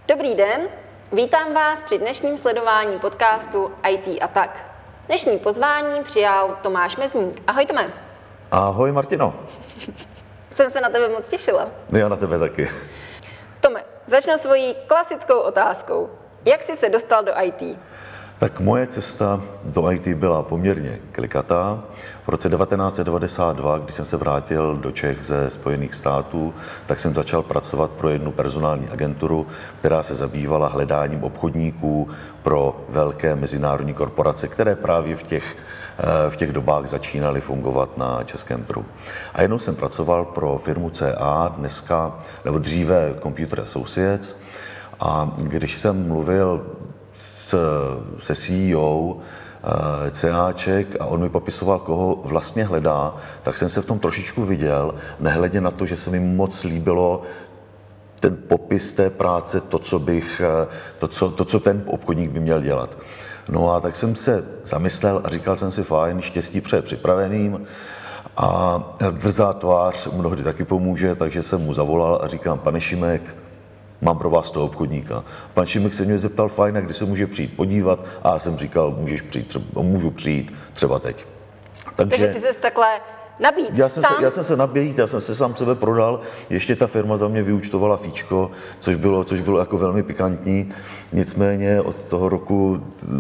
Dobrý den, vítám vás při dnešním sledování podcastu IT a tak. Dnešní pozvání přijal Tomáš Mezník. Ahoj Tome. Ahoj Martino. Jsem se na tebe moc těšila. Já na tebe taky. Tome, začnu svojí klasickou otázkou. Jak jsi se dostal do IT? Tak moje cesta do IT byla poměrně klikatá. V roce 1992, když jsem se vrátil do Čech ze Spojených států, tak jsem začal pracovat pro jednu personální agenturu, která se zabývala hledáním obchodníků pro velké mezinárodní korporace, které právě v těch dobách začínaly fungovat na českém trhu. A jednou jsem pracoval pro firmu CA, dříve Computer Associates, a když jsem mluvil se CEO CAček a on mi popisoval, koho vlastně hledá, tak jsem se v tom trošičku viděl, nehledě na to, že se mi moc líbilo ten popis té práce, to, co ten obchodník by měl dělat. No a tak jsem se zamyslel a říkal jsem si, fajn, štěstí přeje připraveným a drzá tvář mnohdy taky pomůže, takže jsem mu zavolal a říkám, pane Šimek, mám pro vás toho obchodníka. Pan Šimek se mě zeptal, fajn, kdy se může přijít podívat, a já jsem říkal, můžu přijít třeba teď. Takže ty jsi takhle nabít já jsem se sám sebe prodal, ještě ta firma za mě vyúčtovala fíčko, což bylo jako velmi pikantní. Nicméně od toho roku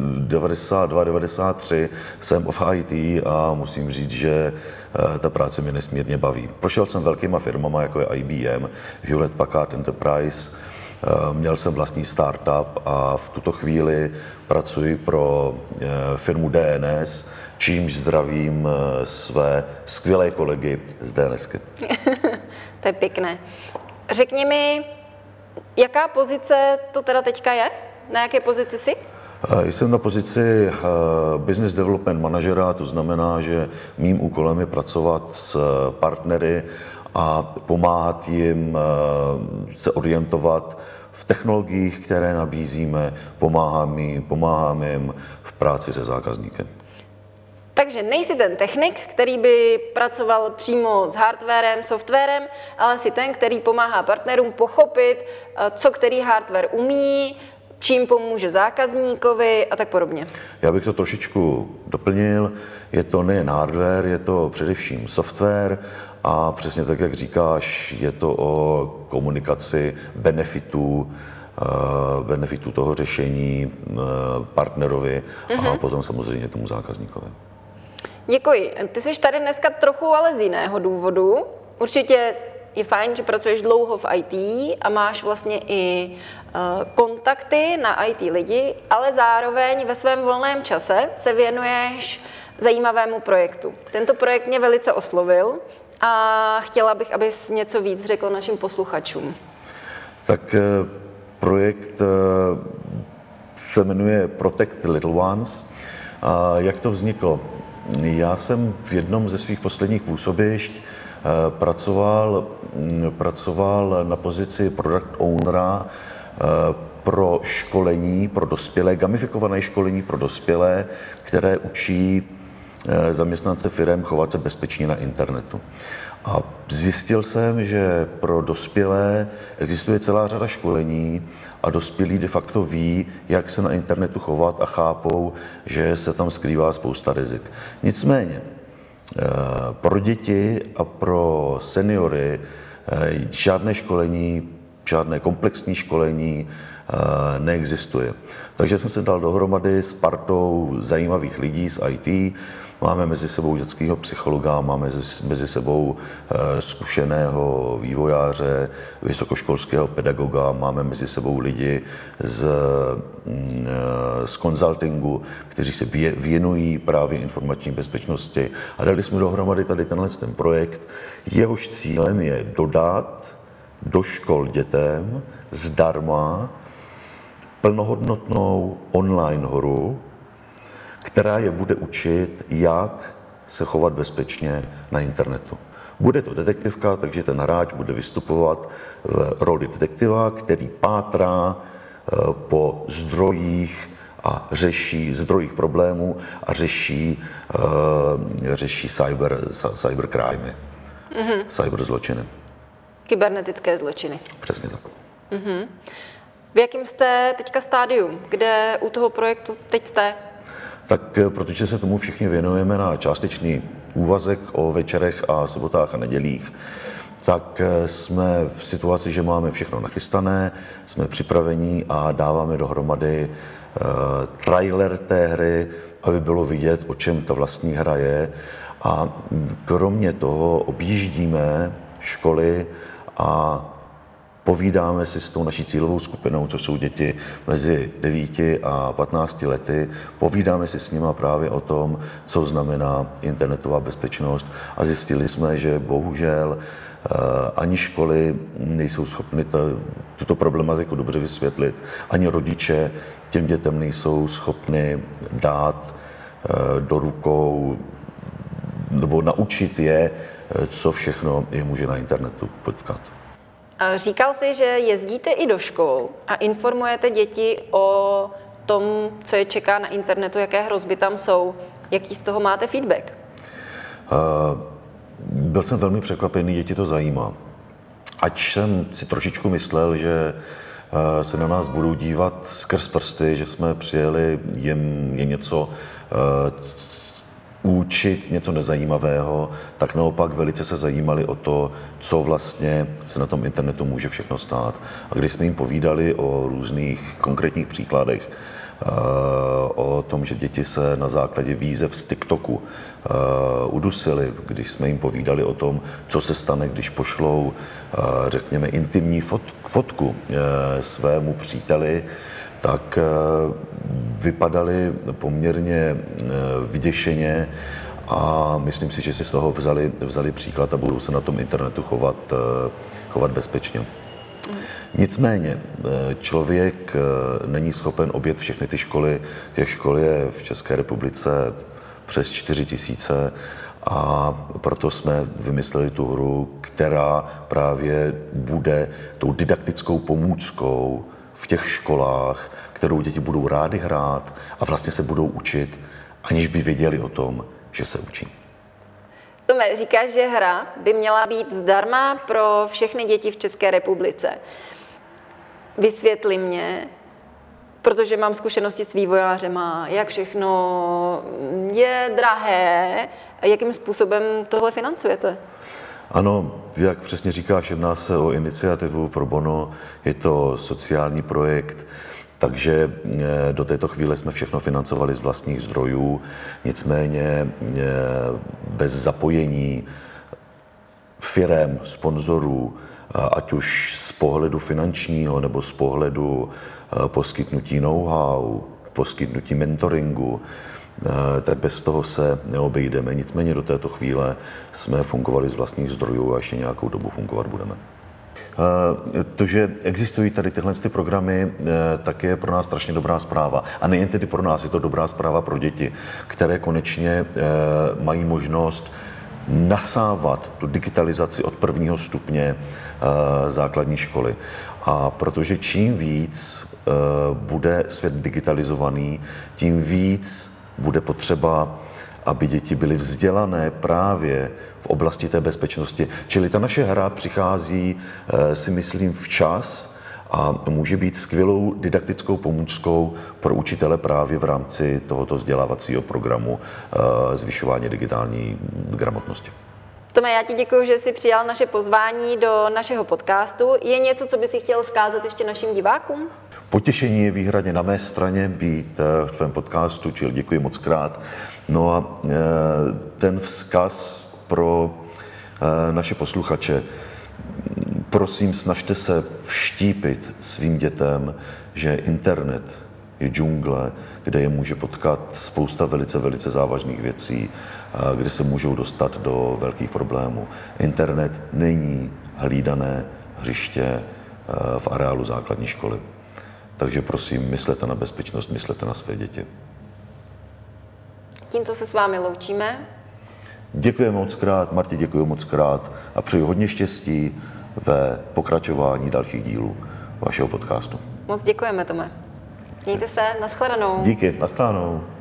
92-93 jsem v IT a musím říct, že ta práce mě nesmírně baví. Prošel jsem velkýma firmama, jako je IBM, Hewlett Packard Enterprise, měl jsem vlastní startup a v tuto chvíli pracuji pro firmu DNS, čímž zdravím své skvělé kolegy z DNSky. To je pěkné. Řekni mi, jaká pozice to teda teďka je? Na jaké pozici jsi? Jsem na pozici Business Development Managera, to znamená, že mým úkolem je pracovat s partnery a pomáhat jim se orientovat v technologiích, které nabízíme, pomáhám jim v práci se zákazníkem. Takže nejsi ten technik, který by pracoval přímo s hardwarem, softwarem, ale jsi ten, který pomáhá partnerům pochopit, co který hardware umí, čím pomůže zákazníkovi a tak podobně. Já bych to trošičku doplnil. Je to nejen hardware, je to především software a přesně tak, jak říkáš, je to o komunikaci benefitů toho řešení partnerovi a potom samozřejmě tomu zákazníkovi. Děkuji. Ty jsi tady dneska trochu ale z jiného důvodu. Určitě je fajn, že pracuješ dlouho v IT a máš vlastně i kontakty na IT lidi, ale zároveň ve svém volném čase se věnuješ zajímavému projektu. Tento projekt mě velice oslovil a chtěla bych, abys něco víc řekl našim posluchačům. Tak projekt se jmenuje Protect Little Ones. A jak to vzniklo? Já jsem v jednom ze svých posledních působišť pracoval na pozici product ownera pro školení pro dospělé, gamifikované školení pro dospělé, které učí zaměstnance firem chovat se bezpečně na internetu. A zjistil jsem, že pro dospělé existuje celá řada školení a dospělí de facto ví, jak se na internetu chovat a chápou, že se tam skrývá spousta rizik. Nicméně pro děti a pro seniory žádné školení, žádné komplexní školení neexistuje. Takže jsem se dal dohromady s partou zajímavých lidí z IT. Máme mezi sebou dětského psychologa, máme mezi sebou zkušeného vývojáře, vysokoškolského pedagoga, máme mezi sebou lidi z consultingu, kteří se věnují právě informační bezpečnosti. A dali jsme dohromady tady ten projekt. Jehož cílem je dodat do škol dětem zdarma plnohodnotnou online hru, která je bude učit, jak se chovat bezpečně na internetu. Bude to detektivka, takže ten hráč bude vystupovat v roli detektiva, který pátrá po zdrojích a zdrojích problémů a řeší cybercrimy, cyberzločiny. Kybernetické zločiny. Přesně tak. V jakém jste teďka stádiu? Kde u toho projektu teď jste? Tak protože se tomu všichni věnujeme na částečný úvazek o večerech a sobotách a nedělích, tak jsme v situaci, že máme všechno nachystané, jsme připraveni a dáváme dohromady trailer té hry, aby bylo vidět, o čem ta vlastní hra je. A kromě toho objíždíme školy a povídáme si s tou naší cílovou skupinou, což jsou děti mezi 9 a 15 lety. Povídáme si s nimi právě o tom, co znamená internetová bezpečnost. A zjistili jsme, že bohužel ani školy nejsou schopny tuto problematiku dobře vysvětlit, ani rodiče těm dětem nejsou schopni dát do rukou nebo naučit je, co všechno je může na internetu potkat. Říkal jsi, že jezdíte i do škol a informujete děti o tom, co je čeká na internetu, jaké hrozby tam jsou. Jaký z toho máte feedback? Byl jsem velmi překvapený, děti to zajímá. Ač jsem si trošičku myslel, že se na nás budou dívat skrz prsty, že jsme přijeli jim je něco učit, něco nezajímavého, tak naopak velice se zajímali o to, co vlastně se na tom internetu může všechno stát. A když jsme jim povídali o různých konkrétních příkladech, o tom, že děti se na základě výzev z TikToku udusily, když jsme jim povídali o tom, co se stane, když pošlou, řekněme, intimní fotku svému příteli, tak vypadali poměrně vyděšeně a myslím si, že si z toho vzali příklad a budou se na tom internetu chovat bezpečně. Nicméně člověk není schopen objet všechny ty školy. Těch škol je v České republice přes 4 000 a proto jsme vymysleli tu hru, která právě bude tou didaktickou pomůckou v těch školách, kterou děti budou rády hrát a vlastně se budou učit, aniž by věděli o tom, že se učí. Tome, říkáš, že hra by měla být zdarma pro všechny děti v České republice. Vysvětli mě, protože mám zkušenosti s vývojářema, jak všechno je drahé a jakým způsobem tohle financujete? Ano, jak přesně říkáš, jedná se o iniciativu pro bono, je to sociální projekt, takže do této chvíle jsme všechno financovali z vlastních zdrojů, nicméně bez zapojení firem, sponzorů, ať už z pohledu finančního nebo z pohledu poskytnutí know-how, poskytnutí mentoringu, tak bez toho se neobejdeme. Nicméně do této chvíle jsme fungovali z vlastních zdrojů a ještě nějakou dobu fungovat budeme. To, že existují tady tyhle programy, tak je pro nás strašně dobrá zpráva. A nejen tedy pro nás, je to dobrá zpráva pro děti, které konečně mají možnost nasávat tu digitalizaci od 1. stupně základní školy. A protože čím víc bude svět digitalizovaný, tím víc bude potřeba, aby děti byly vzdělané právě v oblasti té bezpečnosti. Čili ta naše hra přichází, si myslím, včas a může být skvělou didaktickou pomůckou pro učitele právě v rámci tohoto vzdělávacího programu zvyšování digitální gramotnosti. Tome, já ti děkuji, že jsi přijal naše pozvání do našeho podcastu. Je něco, co by si chtěl vzkázat ještě našim divákům? Potěšení je výhradně na mé straně být v tvém podcastu, čili děkuji moc krát. No a ten vzkaz pro naše posluchače. Prosím, snažte se vštípit svým dětem, že internet je džungle, kde je může potkat spousta velice závažných věcí, kde se můžou dostat do velkých problémů. Internet není hlídané hřiště v areálu základní školy. Takže prosím, myslete na bezpečnost, myslete na své děti. Tímto se s vámi loučíme. Děkuji moc krát, Marti, děkuji moc krát a přeji hodně štěstí ve pokračování dalších dílů vašeho podcastu. Moc děkujeme, Tome. Mějte se, nashledanou. Díky, nashledanou.